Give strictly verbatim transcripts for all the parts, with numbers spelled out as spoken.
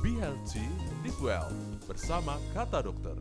Be Healthy, Live Well bersama Kata Dokter.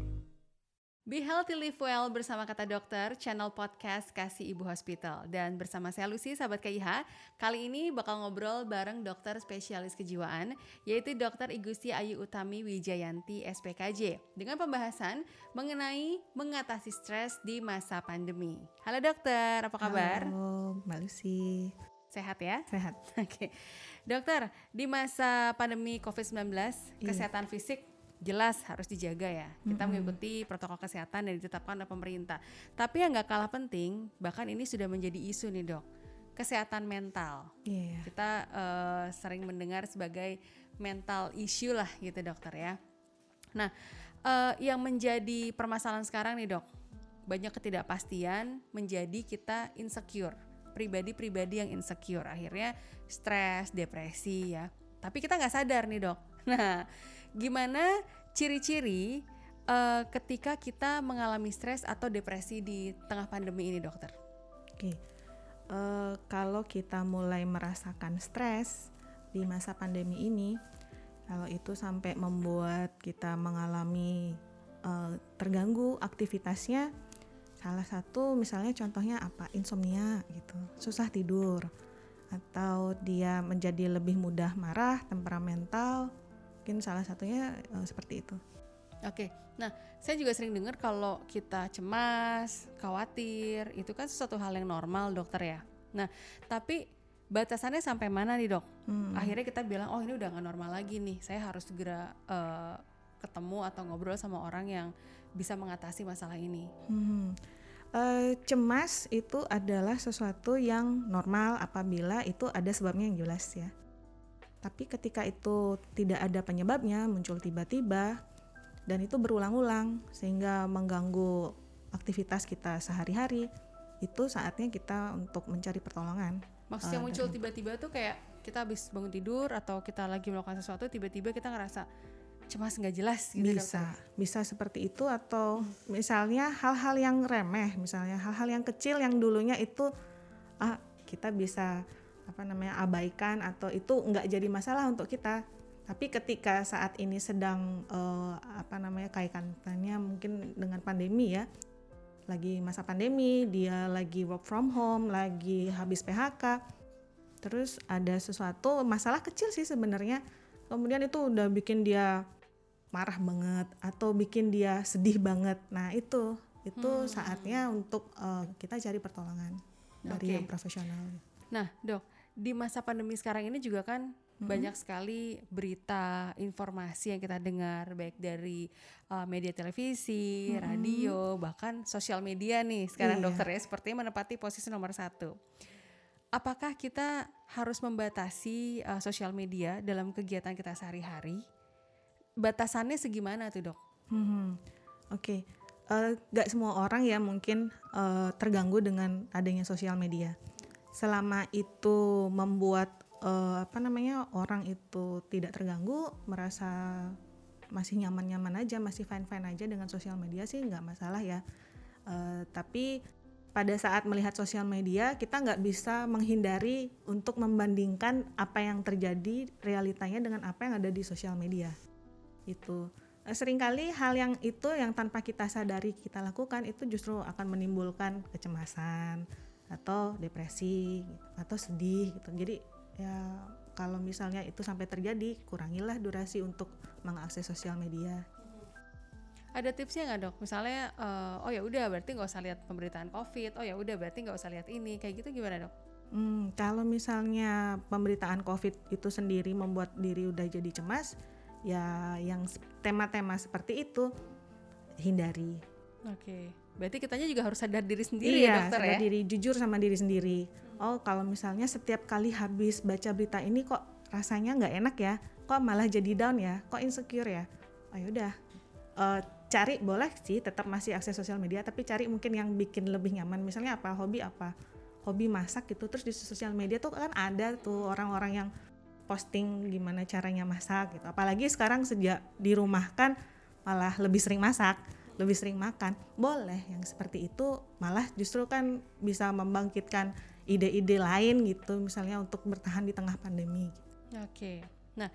Be Healthy Live Well bersama Kata Dokter, channel podcast Kasih Ibu Hospital. Dan bersama saya Lucy, sahabat K I H, kali ini bakal ngobrol bareng dokter spesialis kejiwaan, yaitu Dokter Igusti Ayu Utami Wijayanti S P K J, dengan pembahasan mengenai mengatasi stres di masa pandemi. Halo dokter, apa kabar? Halo Mbak Lucy. Sehat ya? Sehat. Oke, dokter, di masa pandemi covid sembilan belas, Iya. kesehatan fisik jelas harus dijaga ya. Kita Mm-mm. mengikuti protokol kesehatan yang ditetapkan oleh pemerintah. Tapi yang gak kalah penting, bahkan ini sudah menjadi isu nih dok, kesehatan mental. Iya. Kita uh, sering mendengar sebagai mental issue lah gitu dokter ya. Nah, uh, yang menjadi permasalahan sekarang nih dok, banyak ketidakpastian menjadi kita insecure. Pribadi-pribadi yang insecure, akhirnya stres, depresi ya. Tapi kita gak sadar nih dok. Nah, gimana ciri-ciri uh, ketika kita mengalami stres atau depresi di tengah pandemi ini dokter? Oke, uh, kalau kita mulai merasakan stres di masa pandemi ini, kalau itu sampai membuat kita mengalami uh, terganggu aktivitasnya, salah satu misalnya contohnya apa? Insomnia gitu, susah tidur, atau dia menjadi lebih mudah marah, temperamental. Mungkin salah satunya uh, seperti itu. Oke, nah saya juga sering dengar kalau kita cemas, khawatir, itu kan sesuatu hal yang normal dokter ya. Nah, tapi batasannya sampai mana nih dok? Hmm. Akhirnya kita bilang, oh ini udah gak normal lagi nih, saya harus segera uh, ketemu atau ngobrol sama orang yang bisa mengatasi masalah ini. Hmm. Uh, cemas itu adalah sesuatu yang normal apabila itu ada sebabnya yang jelas ya. Tapi ketika itu tidak ada penyebabnya, muncul tiba-tiba, dan itu berulang-ulang sehingga mengganggu aktivitas kita sehari-hari, itu saatnya kita untuk mencari pertolongan. Maksudnya uh, muncul dari... tiba-tiba tuh kayak kita habis bangun tidur atau kita lagi melakukan sesuatu, tiba-tiba kita ngerasa cemas nggak jelas gitu. Bisa, dokter? Bisa seperti itu, atau hmm. misalnya hal-hal yang remeh, misalnya hal-hal yang kecil yang dulunya itu ah kita bisa apa namanya abaikan atau itu nggak jadi masalah untuk kita, tapi ketika saat ini sedang uh, apa namanya kaitannya mungkin dengan pandemi ya, lagi masa pandemi, dia lagi work from home, lagi habis P H K, terus ada sesuatu masalah kecil sih sebenarnya, kemudian itu udah bikin dia marah banget atau bikin dia sedih banget. Nah itu itu hmm. saatnya untuk uh, kita cari pertolongan dari okay. yang profesional. Nah dok, di masa pandemi sekarang ini juga kan hmm. banyak sekali berita, informasi yang kita dengar, baik dari uh, media televisi, hmm. radio, bahkan sosial media nih sekarang yeah. dokter ya, sepertinya menempati posisi nomor satu. Apakah kita harus membatasi uh, sosial media dalam kegiatan kita sehari-hari? Batasannya segimana tuh dok? Hmm. Oke, okay. uh, gak semua orang ya mungkin uh, terganggu dengan adanya sosial media. Selama itu membuat uh, apa namanya orang itu tidak terganggu, merasa masih nyaman-nyaman aja, masih fine-fine aja dengan sosial media sih nggak masalah ya. Uh, tapi pada saat melihat sosial media kita nggak bisa menghindari untuk membandingkan apa yang terjadi realitanya dengan apa yang ada di sosial media. Itu uh, seringkali hal yang itu yang tanpa kita sadari kita lakukan itu justru akan menimbulkan kecemasan atau depresi gitu, atau sedih gitu. Jadi ya kalau misalnya itu sampai terjadi, kurangilah durasi untuk mengakses sosial media. Ada tipsnya nggak dok? Misalnya uh, oh ya udah berarti nggak usah lihat pemberitaan COVID, oh ya udah berarti nggak usah lihat ini, kayak gitu gimana dok? Hmm, kalau misalnya pemberitaan COVID itu sendiri membuat diri udah jadi cemas, ya yang tema-tema seperti itu hindari. Oke. Okay. Berarti kitanya juga harus sadar diri sendiri iya, ya dokter ya? Iya, sadar diri, jujur sama diri sendiri. Oh kalau misalnya setiap kali habis baca berita ini kok rasanya gak enak ya, kok malah jadi down ya, kok insecure ya, oh yaudah uh, cari, boleh sih tetap masih akses sosial media, tapi cari mungkin yang bikin lebih nyaman. Misalnya apa, hobi apa, hobi masak gitu, terus di sosial media tuh kan ada tuh orang-orang yang posting gimana caranya masak gitu. Apalagi sekarang sejak dirumahkan malah lebih sering masak, lebih sering makan, boleh yang seperti itu, malah justru kan bisa membangkitkan ide-ide lain gitu, misalnya untuk bertahan di tengah pandemi. Oke, nah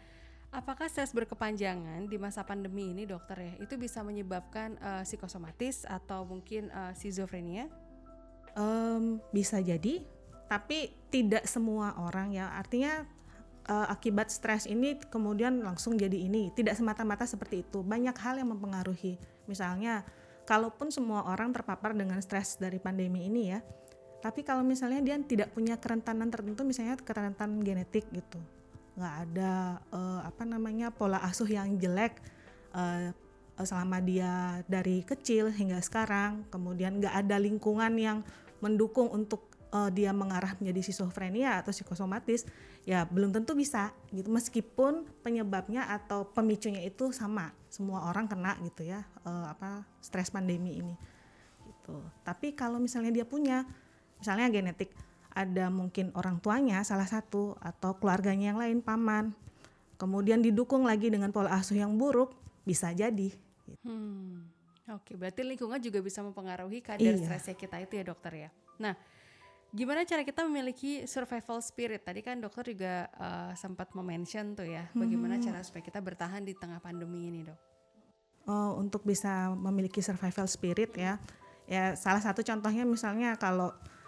Apakah stres berkepanjangan di masa pandemi ini dokter ya, itu bisa menyebabkan uh, psikosomatis atau mungkin uh, skizofrenia? Um, bisa jadi, tapi tidak semua orang ya. Artinya uh, akibat stres ini kemudian langsung jadi ini. Tidak semata-mata seperti itu. Banyak hal yang mempengaruhi. Misalnya, kalaupun semua orang terpapar dengan stres dari pandemi ini ya, tapi kalau misalnya dia tidak punya kerentanan tertentu, misalnya kerentanan genetik gitu, nggak ada uh, apa namanya pola asuh yang jelek uh, selama dia dari kecil hingga sekarang, kemudian nggak ada lingkungan yang mendukung untuk uh, dia mengarah menjadi skizofrenia atau psikosomatis, ya belum tentu bisa gitu, meskipun penyebabnya atau pemicunya itu sama, semua orang kena gitu ya, uh, apa stres pandemi ini gitu. Tapi kalau misalnya dia punya misalnya genetik, ada mungkin orang tuanya salah satu atau keluarganya yang lain, paman, kemudian didukung lagi dengan pola asuh yang buruk, bisa jadi gitu. Hmm, oke, berarti lingkungan juga bisa mempengaruhi kadar Iya. stresnya kita itu ya dokter ya. Nah, gimana cara kita memiliki survival spirit? Tadi kan dokter juga uh, sempat mention tuh ya, bagaimana Hmm. cara supaya kita bertahan di tengah pandemi ini dok? Uh, untuk bisa memiliki survival spirit ya, ya salah satu contohnya misalnya kalau